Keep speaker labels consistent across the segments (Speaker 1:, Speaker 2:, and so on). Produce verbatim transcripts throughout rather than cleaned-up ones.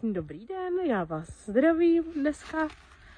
Speaker 1: krásný dobrý den, já vás zdravím dneska.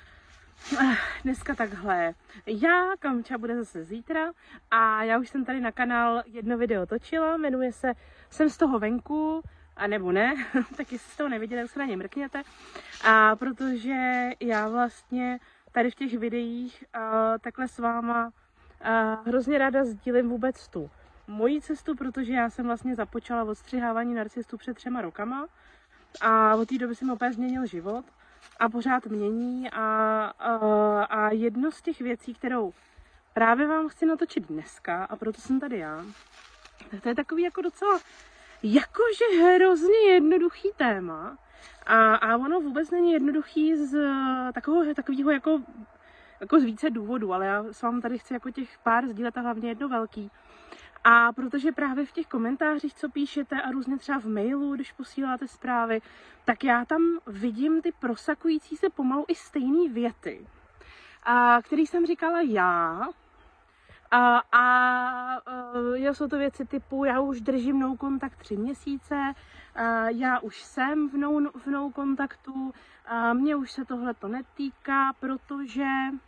Speaker 1: Dneska takhle, já, Kamča bude zase zítra a já už jsem tady na kanál jedno video točila, jmenuje se Jsem z toho venku, a nebo ne, tak jestli jste to neviděli, tak se na ně mrkněte. A protože já vlastně tady v těch videích uh, takhle s váma uh, hrozně ráda sdílím vůbec tu moji cestu, protože já jsem vlastně započala odstřihávání narcistů před třema rokama a od té doby se mi opět změnil život a pořád mění a, a, a jedno z těch věcí, kterou právě vám chci natočit dneska a proto jsem tady já, tak to je takový jako docela jakože hrozně jednoduchý téma a, a ono vůbec není jednoduchý z takového, takového jako, jako z více důvodů, ale já s vámi tady chci jako těch pár sdílet a hlavně jedno velký. A protože právě v těch komentářích, co píšete a různě třeba v mailu, když posíláte zprávy, tak já tam vidím ty prosakující se pomalu i stejné věty, a, který jsem říkala já. A, a, a jsou to věci typu, já už držím no kontakt tři měsíce, a já už jsem v no, v no kontaktu, a mě už se tohle to netýká, protože...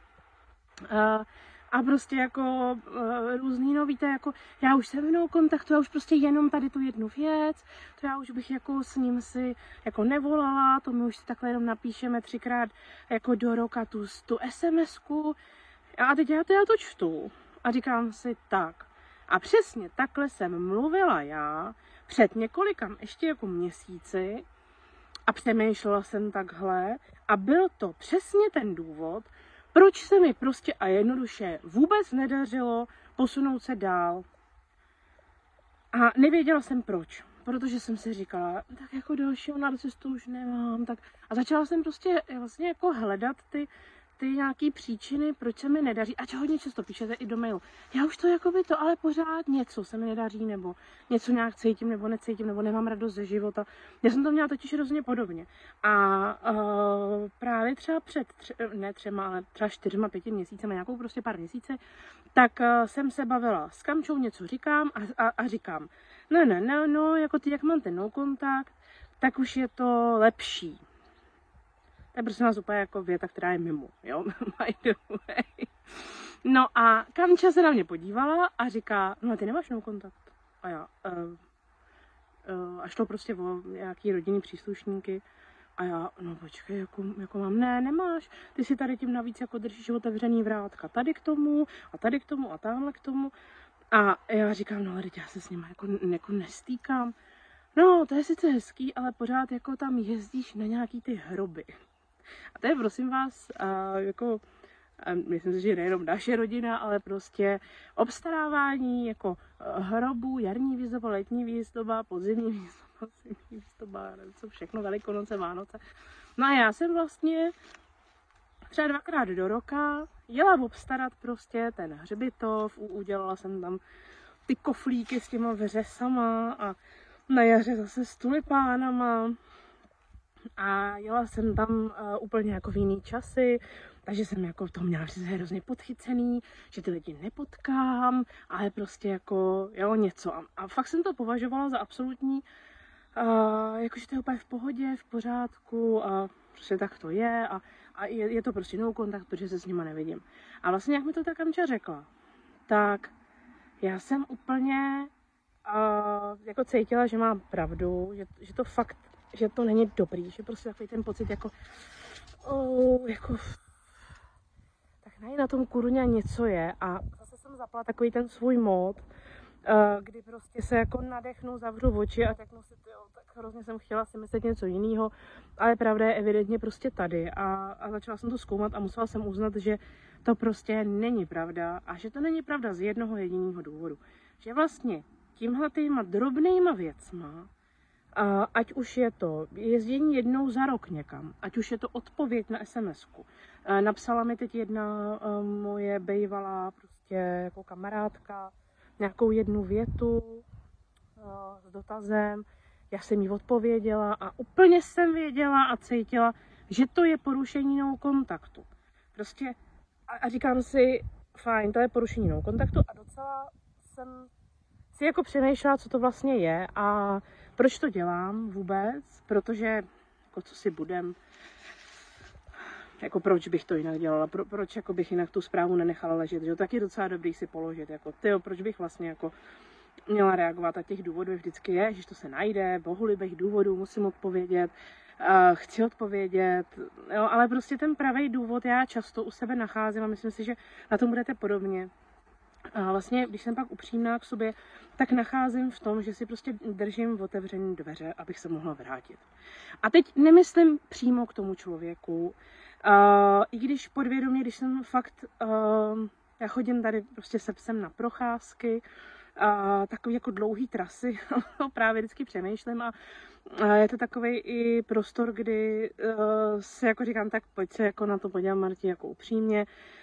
Speaker 1: A, A prostě jako uh, různý, no víte, jako já už jsem v no kontaktu, já už prostě jenom tady tu jednu věc, to já už bych jako s ním si jako nevolala, to my už si takhle jenom napíšeme třikrát jako do roka tu, tu SMSku a teď já to já to čtu a říkám si tak. A přesně takhle jsem mluvila já před několika ještě jako měsíci a přemýšlela jsem takhle a byl to přesně ten důvod, proč se mi prostě a jednoduše vůbec nedařilo posunout se dál. A nevěděla jsem proč, protože jsem si říkala, tak jako dalšího narcistu už nemám. Tak... A začala jsem prostě vlastně jako hledat ty, ty nějaký příčiny, proč se mi nedaří. A hodně často píšete i do mailu. Já už to jako by to, ale pořád něco se mi nedaří, nebo něco nějak cítím, nebo necítím, nebo nemám radost ze života. Já jsem to měla totiž hrozně podobně. A uh, právě třeba před, tři, ne třema, ale třeba čtyřma, pěti měsícema, nějakou prostě pár měsíce, tak uh, jsem se bavila s Kamčou, něco říkám a, a, a říkám, no, no, no, no, jako ty, jak mám ten no kontakt, tak už je to lepší. To je prostě nás úplně jako věta, která je mimo, jo, by the way. No a Kamča se na mě podívala a říká, no a ty nemáš no kontakt. A já, uh, uh, a šlo prostě o nějaký rodinný příslušníky. A já, no počkej, jako, jako mám, ne, nemáš. Ty si tady tím navíc jako držíš otevřený vrátka tady k tomu a tady k tomu a tamhle k tomu. A já říkám, no ale teď já se s nimi jako, jako nestýkám. No, to je sice hezký, ale pořád jako tam jezdíš na nějaký ty hroby. A to je, prosím vás, uh, jako, uh, myslím si, že nejenom naše rodina, ale prostě obstarávání jako uh, hrobů, jarní výzdoba, letní výzdoba, podzimní výzdoba, zimní výzdoba, nevím co všechno, Velikonoce, Vánoce. No a já jsem vlastně třeba dvakrát do roka jela obstarat prostě ten hřbitov, udělala jsem tam ty koflíky s těma vřesama a na jaře zase s tulipánama. A jela jsem tam uh, úplně jako v jiný časy, takže jsem jako to měla hrozně podchycený, že ty lidi nepotkám, ale prostě jako jo, něco. A, a fakt jsem to považovala za absolutní, uh, jakože to je úplně v pohodě, v pořádku a prostě tak to je a, a je, je to prostě no kontakt, protože se s nima nevidím. A vlastně jak mi to ta Kamča řekla, tak já jsem úplně uh, jako cítila, že mám pravdu, že, že to fakt že to není dobrý, že prostě takový ten pocit jako, oh, jako, tak ne, na tom kurňa něco je a zase jsem zapala takový ten svůj mód, uh, kdy prostě se jako nadechnu, zavřu oči a řeknu si, tyjo, tak hrozně jsem chtěla si myslet něco jiného, ale pravda je evidentně prostě tady a, a začala jsem to zkoumat a musela jsem uznat, že to prostě není pravda a že to není pravda z jednoho jediného důvodu, že vlastně tímhletýma drobnýma věcma, Uh, ať už je to jezdění jednou za rok někam, ať už je to odpověď na SMSku. Uh, napsala mi teď jedna uh, moje bejvalá prostě jako kamarádka nějakou jednu větu uh, s dotazem. Já jsem jí odpověděla a úplně jsem věděla a cítila, že to je porušení no kontaktu. Prostě a, a říkám si, fajn, to je porušení no kontaktu a docela jsem si jako přemýšlela, co to vlastně je a proč to dělám vůbec, protože jako co si budem. Jako proč bych to jinak dělala, Pro, proč jako bych jinak tu zprávu nenechala ležet, že tak je docela dobrý si položit, jako tyjo, proč bych vlastně jako měla reagovat a těch důvodů vždycky je, že to se najde, bohulibých důvodů musím odpovědět, uh, chci odpovědět, jo, ale prostě ten pravý důvod já často u sebe nacházím a myslím si, že na tom budete podobně. A vlastně, když jsem pak upřímná k sobě, tak nacházím v tom, že si prostě držím otevřené dveře, abych se mohla vrátit. A teď nemyslím přímo k tomu člověku, uh, i když podvědomě, když jsem fakt, uh, já chodím tady prostě se psem na procházky, uh, takový jako dlouhý trasy, právě vždycky přemýšlím a uh, je to takový i prostor, kdy uh, si jako říkám, tak pojď se jako na to podívat, Marti, jako upřímně.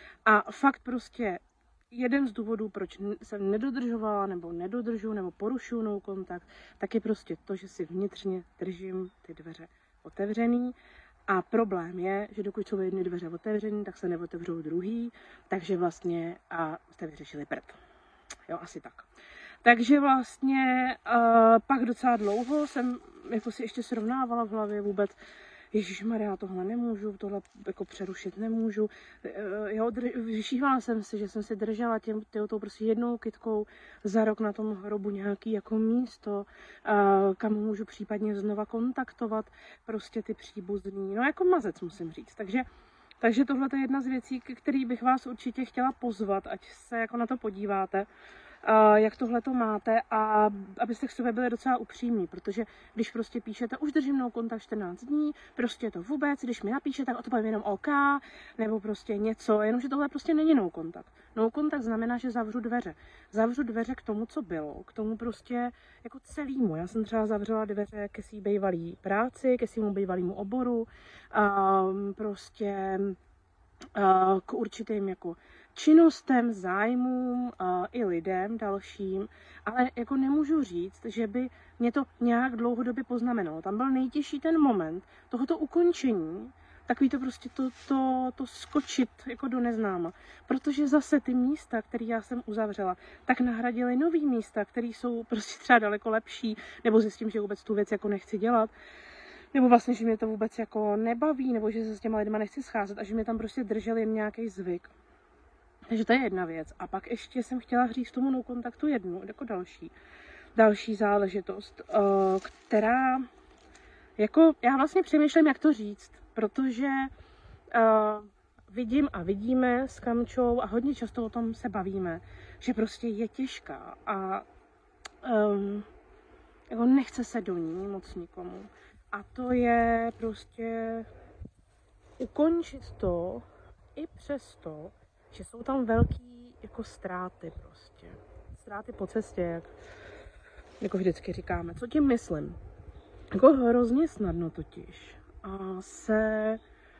Speaker 1: A fakt prostě jeden z důvodů, proč jsem nedodržovala, nebo nedodržu, nebo porušuju no kontakt, tak je prostě to, že si vnitřně držím ty dveře otevřený. A problém je, že dokud jsou jedny dveře otevřený, tak se neotevřou druhý, takže vlastně a jste vyřešili prd. Jo, asi tak. Takže vlastně uh, pak docela dlouho jsem jako si ještě srovnávala v hlavě vůbec, Ježišmarja, já tohle nemůžu, tohle jako přerušit nemůžu. Jo, vyšívala jsem si, že jsem si držela tím, tou prostě jednou kytkou za rok na tom hrobu nějaký jako místo, kam můžu případně znova kontaktovat prostě ty příbuzný. No jako mazec musím říct. Takže, takže tohle je jedna z věcí, který bych vás určitě chtěla pozvat, ať se jako na to podíváte, jak tohle to máte a abyste k sobě byli docela upřímní, protože když prostě píšete, už držím no kontakt čtrnáct dní, prostě to vůbec, když mi napíšete, tak odpovím jenom OK, nebo prostě něco, jenomže tohle prostě není no kontakt. No kontakt znamená, že zavřu dveře. Zavřu dveře k tomu, co bylo, k tomu prostě jako celýmu. Já jsem třeba zavřela dveře ke svý bývalý práci, ke svému bývalému oboru, um, prostě uh, k určitým jako činnostem, zájmům uh, i lidem dalším, ale jako nemůžu říct, že by mě to nějak dlouhodobě poznamenalo. Tam byl nejtěžší ten moment tohoto ukončení, takový to prostě to, to, to skočit jako do neznáma. Protože zase ty místa, které já jsem uzavřela, tak nahradily nový místa, které jsou prostě třeba daleko lepší, nebo zjistím, že vůbec tu věc jako nechci dělat, nebo vlastně, že mě to vůbec jako nebaví, nebo že se s těma lidma nechci scházet a že mě tam prostě držel jen nějaký zvyk. Takže to je jedna věc. A pak ještě jsem chtěla říct tomu no kontaktu jednu, jako další, další záležitost, která, jako, já vlastně přemýšlím, jak to říct, protože uh, vidím a vidíme s Kamčou a hodně často o tom se bavíme, že prostě je těžká a um, jako nechce se do ní moc nikomu. A to je prostě ukončit to i přesto, že jsou tam velký jako ztráty prostě. Ztráty po cestě, jak jako vždycky říkáme. Co tím myslím? Jako hrozně snadno totiž a se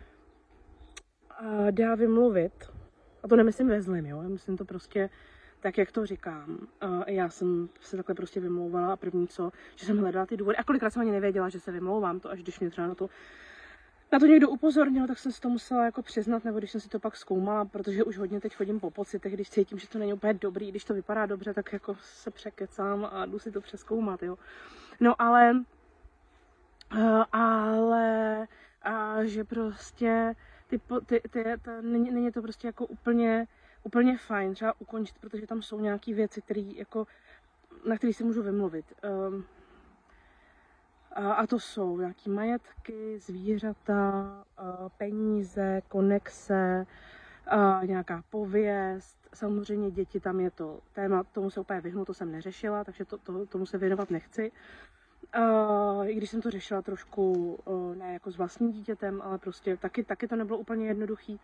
Speaker 1: a dá vymluvit. A to nemyslím ve zlým, jo? Já myslím to prostě tak, jak to říkám. A já jsem se takhle prostě vymlouvala a první co, že jsem hledala ty důvody. A kolikrát jsem ani nevěděla, že se vymlouvám, to až když mě třeba na to Na to někdo upozornil, tak jsem si to musela jako přiznat, nebo když jsem si to pak zkoumala, protože už hodně teď chodím po pocitech, když cítím, že to není úplně dobrý, když to vypadá dobře, tak jako se překecám a jdu si to přezkoumat, jo. No ale, ale, a že prostě ty, ty, ty, ty, není, není to prostě jako úplně, úplně fajn třeba ukončit, protože tam jsou nějaké věci, které jako, na které si můžu vymluvit. Um, A to jsou nějaké majetky, zvířata, peníze, konexe, nějaká pověst. Samozřejmě děti, tam je to téma, tomu se úplně vyhnu, to jsem neřešila, takže to, to, tomu se věnovat nechci. I když jsem to řešila trošku, ne jako s vlastním dítětem, ale prostě taky, taky to nebylo úplně jednoduchý.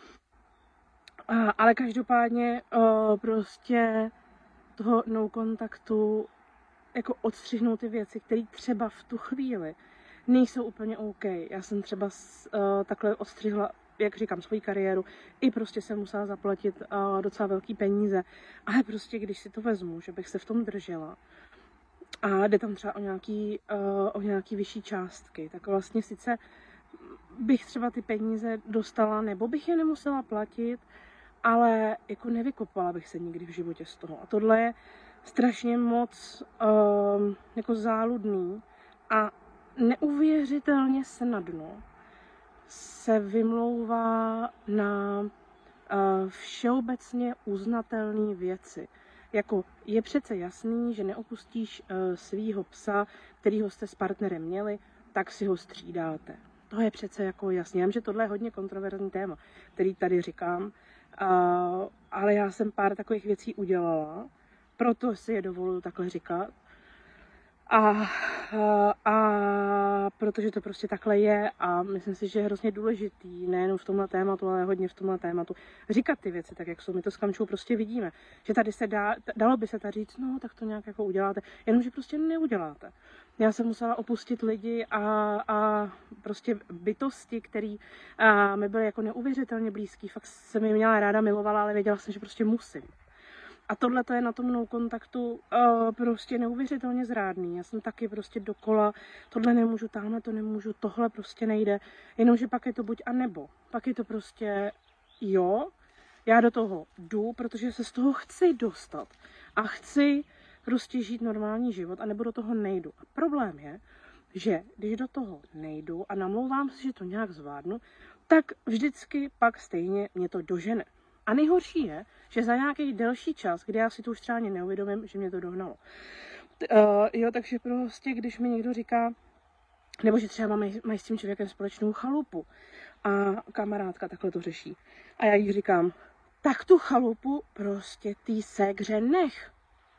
Speaker 1: Ale každopádně prostě toho no kontaktu jako odstřihnout ty věci, které třeba v tu chvíli nejsou úplně OK. Já jsem třeba uh, takhle odstřihla, jak říkám, svoji kariéru, i prostě jsem musela zaplatit uh, docela velký peníze, ale prostě když si to vezmu, že bych se v tom držela a jde tam třeba o nějaký, uh, o nějaký vyšší částky, tak vlastně sice bych třeba ty peníze dostala, nebo bych je nemusela platit, ale jako nevykopala bych se nikdy v životě z toho. A tohle je strašně moc um, jako záludný a neuvěřitelně snadno se vymlouvá na uh, všeobecně uznatelné věci. Jako je přece jasný, že neopustíš uh, svýho psa, kterýho jste s partnerem měli, tak si ho střídáte. To je přece jako jasný. Já vím, že tohle je hodně kontroverzní téma, který tady říkám, uh, ale já jsem pár takových věcí udělala, proto si je dovoluju takhle říkat. A, a, a protože to prostě takhle je a myslím si, že je hrozně důležitý, nejenom v tomhle tématu, ale hodně v tomhle tématu, říkat ty věci tak, jak jsou. My to s Kamčou prostě vidíme, že tady se dá, dalo by se tady říct, no tak to nějak jako uděláte, jenomže prostě neuděláte. Já jsem musela opustit lidi a, a prostě bytosti, který a, mi byly jako neuvěřitelně blízký, fakt jsem je měla ráda, milovala, ale věděla jsem, že prostě musím. A tohle to je na tom no kontaktu uh, prostě neuvěřitelně zrádný. Já jsem taky prostě dokola, tohle nemůžu, tamhle to nemůžu, tohle prostě nejde. Jenomže pak je to buď a nebo. Pak je to prostě jo, já do toho jdu, protože se z toho chci dostat. A chci prostě žít normální život, a nebo do toho nejdu. A problém je, že když do toho nejdu a namlouvám si, že to nějak zvládnu, tak vždycky pak stejně mě to dožene. A nejhorší je, že za nějaký delší čas, kdy já si to už třeba ani neuvědomím, že mě to dohnalo. Uh, jo, takže prostě, když mi někdo říká, nebo že třeba mají, mají s tím člověkem společnou chalupu a kamarádka takhle to řeší. A já jí říkám, tak tu chalupu prostě tý ségře nech.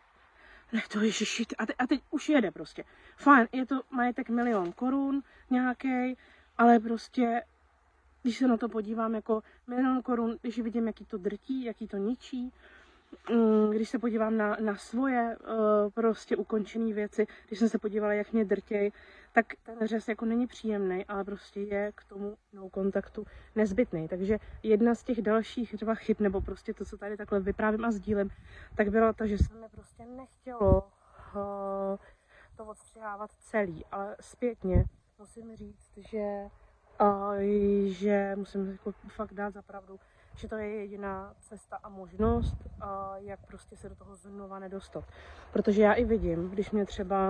Speaker 1: Nech to, ježiši, a, te, a teď už jede prostě. Fajn, je to majetek milion korun nějaký, ale prostě když se na to podívám jako milion korun, když vidím, jaký to drtí, jaký to ničí, když se podívám na, na svoje uh, prostě ukončené věci, když jsem se podívala, jak mě drtěj, tak ten řez jako není příjemný, ale prostě je k tomu no kontaktu nezbytný. Takže jedna z těch dalších třeba chyb, nebo prostě to, co tady takhle vyprávím a sdílím, tak bylo to, že se mi prostě nechtělo uh, to odstřihávat celý, ale zpětně musím říct, že Uh, že musím jako fakt dát za pravdu, že to je jediná cesta a možnost, uh, jak prostě se do toho znova nedostat. Protože já i vidím, když mě třeba,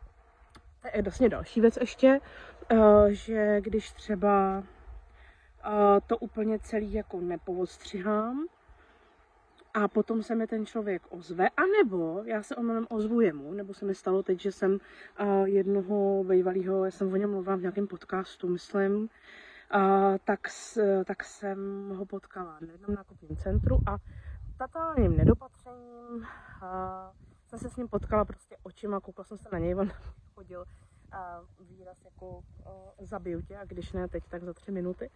Speaker 1: to je vlastně další věc ještě, uh, že když třeba uh, to úplně celý jako nepovostřihám, a potom se mi ten člověk ozve, anebo já se omylem ozvu jemu, nebo se mi stalo teď, že jsem uh, jednoho bývalého, já jsem o něm mluvila v nějakém podcastu, myslím, uh, tak, s, tak jsem ho potkala na jednom nákupním centru a totálním nedopatřením uh, jsem se s ním potkala prostě očima, koukala jsem se na něj, on chodil uh, výraz jako uh, zabiju tě, a když ne teď, tak za tři minuty.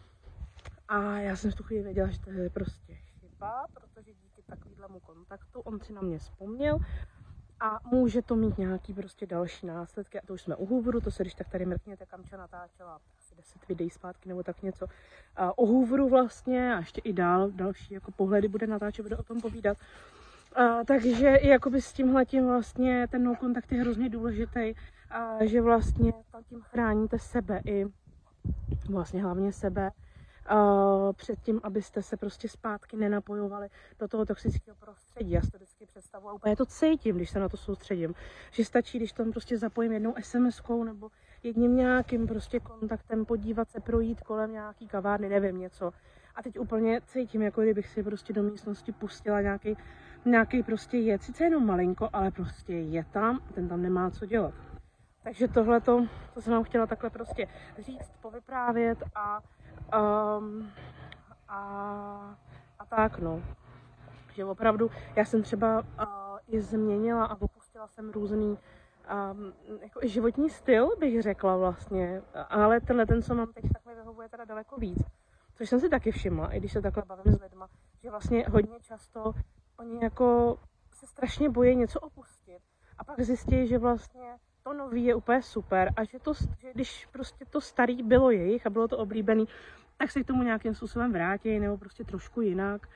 Speaker 1: A já jsem v tu chvíli věděla, že to je prostě chyba, protože díky takovému kontaktu on si na mě vzpomněl a může to mít nějaký prostě další následky. A to už jsme u Hooveru, to se když tak tady mrkněte, Kamča natáčela asi deset videí zpátky nebo tak něco. A o Hooveru vlastně a ještě i dál další jako pohledy bude natáčet, bude o tom povídat. A, takže i jakoby s tímhletím vlastně ten no kontakt je hrozně důležitý, a že vlastně tím chráníte sebe i vlastně hlavně sebe Uh, před tím, abyste se prostě zpátky nenapojovali do toho toxického prostředí. Já si to vždycky představuji a úplně to cítím, když se na to soustředím. Že stačí, když tam prostě zapojím jednou SMSkou nebo jedním nějakým prostě kontaktem, podívat se, projít kolem nějaký kavárny, nevím, něco. A teď úplně cítím, jako kdybych si prostě do místnosti pustila nějaký, nějaký prostě jed. Sice jenom malinko, ale prostě je tam, ten tam nemá co dělat. Takže tohleto, to jsem vám chtěla takhle prostě říct, povyprávět a Um, a, a tak no, že opravdu já jsem třeba uh, i změnila a opustila jsem různý um, jako i životní styl, bych řekla vlastně, ale tenhle ten, co mám teď, tak mi vyhovuje teda daleko víc, což jsem si taky všimla, i když se takhle bavím s lidma, že vlastně hodně často oni jako se strašně bojí něco opustit a pak zjistí, že vlastně to nový je úplně super a že, to, že když prostě to starý bylo jejich a bylo to oblíbený, tak se k tomu nějakým způsobem vrátí nebo prostě trošku jinak.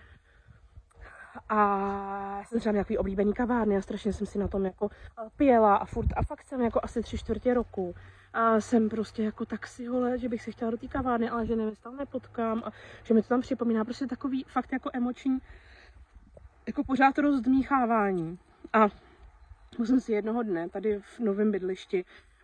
Speaker 1: A jsem třeba nějaký oblíbený kavárny a strašně jsem si na tom jako pěla a furt a fakt jsem jako asi tři čtvrtě roku. A jsem prostě jako taxihole, že bych se chtěla do té kavárny, ale že nevím, tam nepotkám a že mi to tam připomíná prostě takový fakt jako emoční, jako pořád rozdmíchávání. A musím si jednoho dne tady v novém bydlišti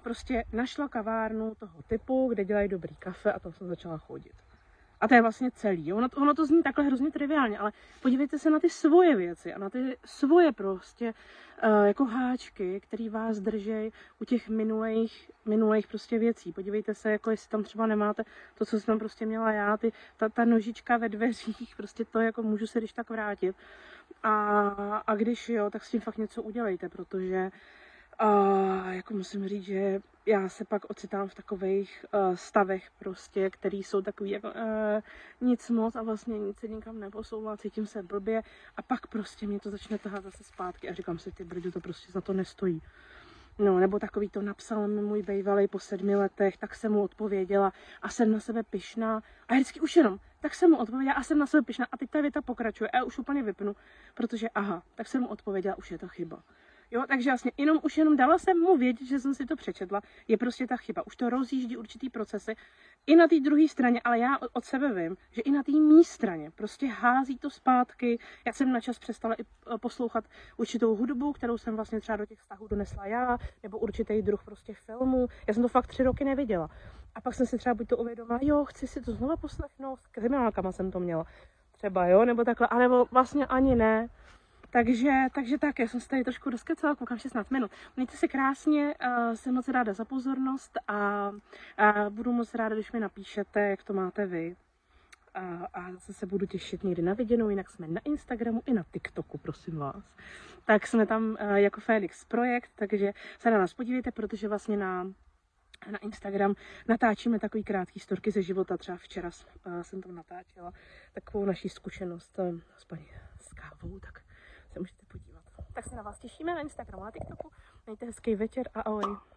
Speaker 1: prostě našla kavárnu toho typu, kde dělají dobrý kafe a tam jsem začala chodit. A to je vlastně celý. Ono, ono to zní takhle hrozně triviálně, ale podívejte se na ty svoje věci a na ty svoje prostě uh, jako háčky, které vás drží u těch minulých, minulých prostě věcí. Podívejte se, jako jestli tam třeba nemáte to, co jsem tam prostě měla já, ty, ta, ta nožička ve dveřích, prostě to jako můžu se když tak vrátit. A, a když jo, tak s tím fakt něco udělejte, protože uh, jako musím říct, že já se pak ocitám v takových uh, stavech prostě, který jsou takový jako uh, nic moc a vlastně nic se nikam neposouvá, cítím se blbě a pak prostě mě to začne tahat zase zpátky a říkám si, ty brďo, to prostě za to nestojí. No, nebo takový to napsal mi můj bejvalej po sedmi letech, tak jsem mu odpověděla a jsem na sebe pyšná. A vždycky už jenom, tak jsem mu odpověděla a jsem na sebe pyšná. A teď ta věta pokračuje a já už úplně vypnu, protože aha, tak jsem mu odpověděla, už je to chyba. Jo, takže vlastně jenom, už jenom dala jsem mu vědět, že jsem si to přečetla, je prostě ta chyba. Už to rozjíždí určitý procesy i na té druhé straně, ale já od sebe vím, že i na té mý straně prostě hází to zpátky. Já jsem na čas přestala i poslouchat určitou hudbu, kterou jsem vlastně třeba do těch vztahů donesla já, nebo určitý druh prostě filmů. Já jsem to fakt tři roky neviděla. A pak jsem si třeba buď to uvědomila, jo, chci si to znova poslechnout, s kriminálkama jsem to měla třeba, jo, nebo takhle, anebo vlastně ani ne. Takže, takže tak, já jsem se tady trošku rozkecala, koukám šestnáct minut. Mějte se krásně, uh, jsem moc ráda za pozornost a, a budu moc ráda, když mi napíšete, jak to máte vy. A, a zase se budu těšit někdy na viděnou, jinak jsme na Instagramu i na TikToku, prosím vás. Tak jsme tam uh, jako Felix Projekt, takže se na nás podívejte, protože vlastně na, na Instagram natáčíme takový krátký storky ze života. Třeba včera uh, jsem tam natáčela takovou naší zkušenost uh, s paní s kávou, tak se můžete podívat. Tak se na vás těšíme na Instagramu a TikToku. Mějte hezký večer a ahoj.